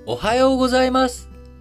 おはようございます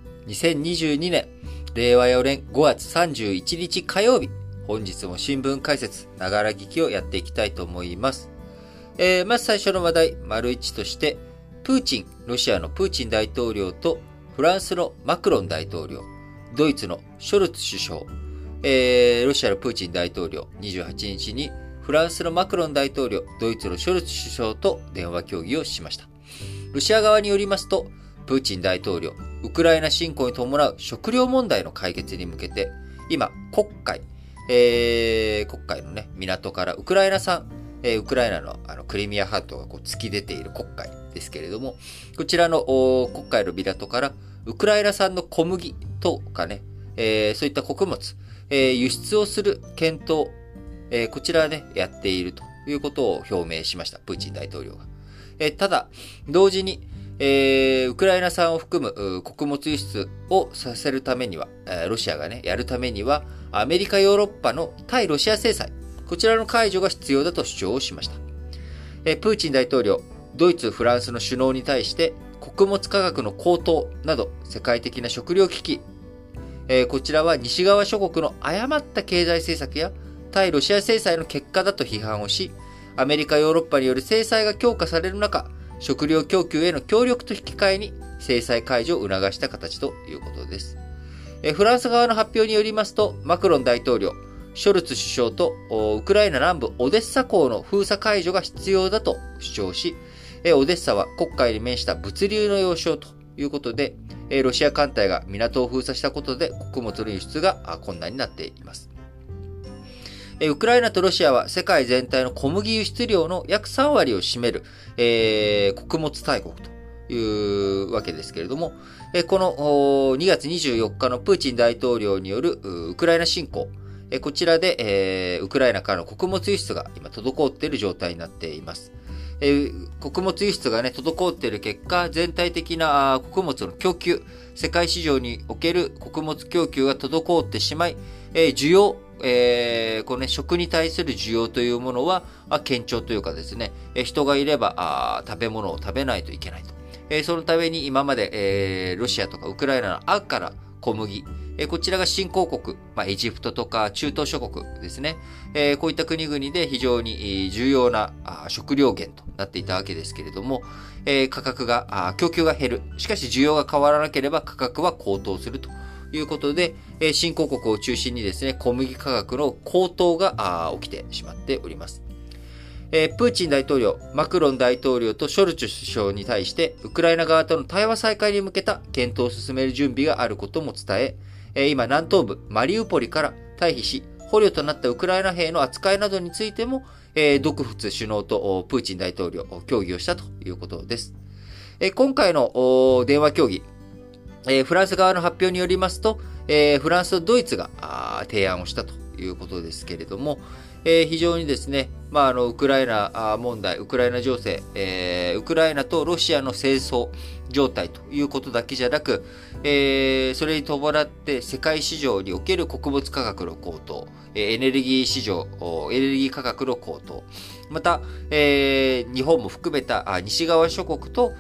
。2022年、令和4年5月31日火曜日、本日も新聞解説、ながら聞きをやっていきたいと思います。まず最初の話題、丸1として、ロシアのプーチン大統領とフランスのマクロン大統領、ドイツのショルツ首相、ロシアのプーチン大統領28日にフランスのマクロン大統領、ドイツのショルツ首相と電話協議をしました。ロシア側によりますと、プーチン大統領、ウクライナ侵攻に伴う食料問題の解決に向けて、今、黒海のね、港からウクライナ産、ウクライナのクリミア半島が突き出ている黒海ですけれども、こちらの黒海の港からウクライナ産の小麦とかね、そういった穀物、輸出をする検討、こちらね、やっているということを表明しました、プーチン大統領が。ただ、同時に、ウクライナ産を含む穀物輸出をさせるためには、ロシアがね、やるためには、アメリカ、ヨーロッパの対ロシア制裁、こちらの解除が必要だと主張をしました。プーチン大統領、ドイツ、フランスの首脳に対して、穀物価格の高騰など、世界的な食糧危機、こちらは西側諸国の誤った経済政策や対ロシア制裁の結果だと批判をし、アメリカ、ヨーロッパによる制裁が強化される中、食料供給への協力と引き換えに制裁解除を促した形ということです。フランス側の発表によりますと、マクロン大統領、ショルツ首相とウクライナ南部オデッサ港の封鎖解除が必要だと主張し、オデッサは黒海に面した物流の要衝ということで、ロシア艦隊が港を封鎖したことで穀物の輸出が困難になっています。ウクライナとロシアは世界全体の小麦輸出量の約3割を占める、穀物大国というわけですけれども、この2月24日のプーチン大統領によるウクライナ侵攻、こちらで、ウクライナからの穀物輸出が今滞っている状態になっています。穀物輸出がね、滞っている結果、全体的な穀物の供給、世界市場における穀物供給が滞ってしまい、需要、このね、食に対する需要というものは、堅調というかですね、人がいれば食べ物を食べないといけないと。そのために今まで、ロシアとかウクライナの赤から小麦、こちらが新興国、エジプトとか中東諸国ですね。こういった国々で非常に重要な食料源となっていたわけですけれども、供給が減る。しかし需要が変わらなければ価格は高騰するということで、新興国を中心にですね、小麦価格の高騰が起きてしまっております。プーチン大統領、マクロン大統領とショルツ首相に対して、ウクライナ側との対話再開に向けた検討を進める準備があることも伝え、今南東部マリウポリから退避し、捕虜となったウクライナ兵の扱いなどについても、独仏首脳とプーチン大統領、協議をしたということです。今回の電話協議、フランス側の発表によりますと、フランスとドイツが提案をしたということですけれども、非常にですね、ウクライナ問題、ウクライナ情勢、ウクライナとロシアの戦争状態ということだけじゃなく、それに伴って世界市場における穀物価格の高騰、エネルギー価格の高騰、また、日本も含めた西側諸国と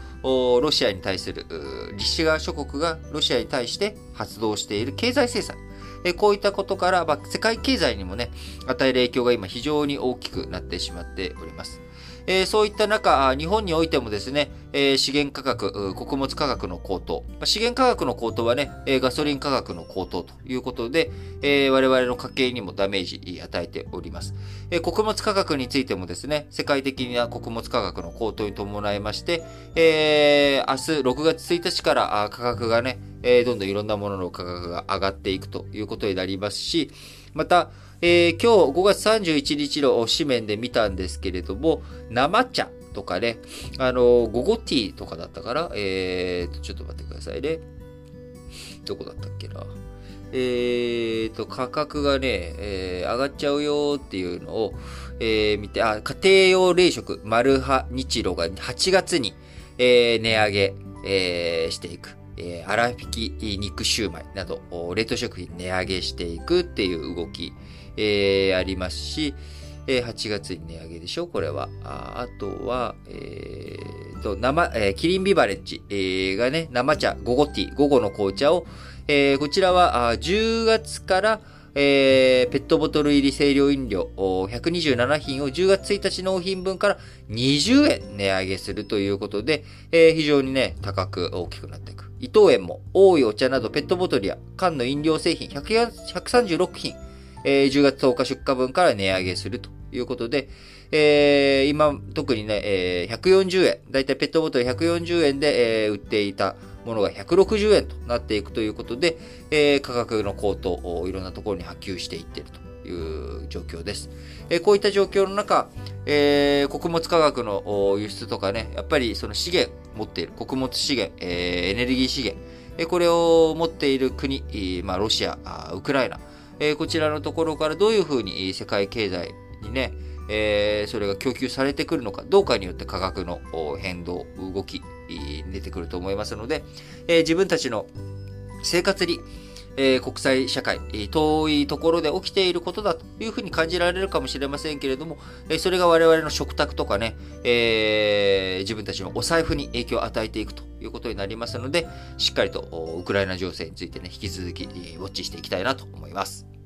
西側諸国がロシアに対して発動している経済制裁、こういったことから、世界経済にもね、与える影響が今非常に大きくなってしまっております。そういった中、日本においてもですね、資源価格、穀物価格の高騰、資源価格の高騰はね、ガソリン価格の高騰ということで、我々の家計にもダメージ与えております。穀物価格についてもですね、世界的な穀物価格の高騰に伴いまして、明日6月1日から価格がね、どんどんいろんなものの価格が上がっていくということになりますし、また、今日5月31日の紙面で見たんですけれども、生茶とかね、午後ティーとかだったから、ちょっと待ってくださいね。どこだったっけな。価格がね、上がっちゃうよっていうのを、見て、家庭用冷食、マルハニチロが8月に、値上げ、していく。粗挽き肉シューマイなど、冷凍食品値上げしていくっていう動き、ありますし、8月に値上げでしょこれは。あとは、 キリンビバレッジ、がね、生茶、午後ティー、午後の紅茶を、こちらは10月から、ペットボトル入り清涼飲料127品を10月1日納品分から20円値上げするということで、非常にね、高く大きくなっていく。伊藤園も、多いお茶などペットボトルや缶の飲料製品136品、10月10日出荷分から値上げするということで、今、特にね、140円、だいたいペットボトル140円で、売っていたものが160円となっていくということで、価格の高騰をいろんなところに波及していっているという状況です。こういった状況の中、穀物価格の輸出とかね、やっぱりその資源持っている、穀物資源、エネルギー資源、これを持っている国、ロシア、ウクライナ、こちらのところからどういうふうに世界経済にね、それが供給されてくるのかどうかによって価格の変動、動き、出てくると思いますので、自分たちの生活に、国際社会、遠いところで起きていることだというふうに感じられるかもしれませんけれども、それが我々の食卓とかね、自分たちのお財布に影響を与えていくということになりますので、しっかりとウクライナ情勢についてね、引き続きウォッチしていきたいなと思います。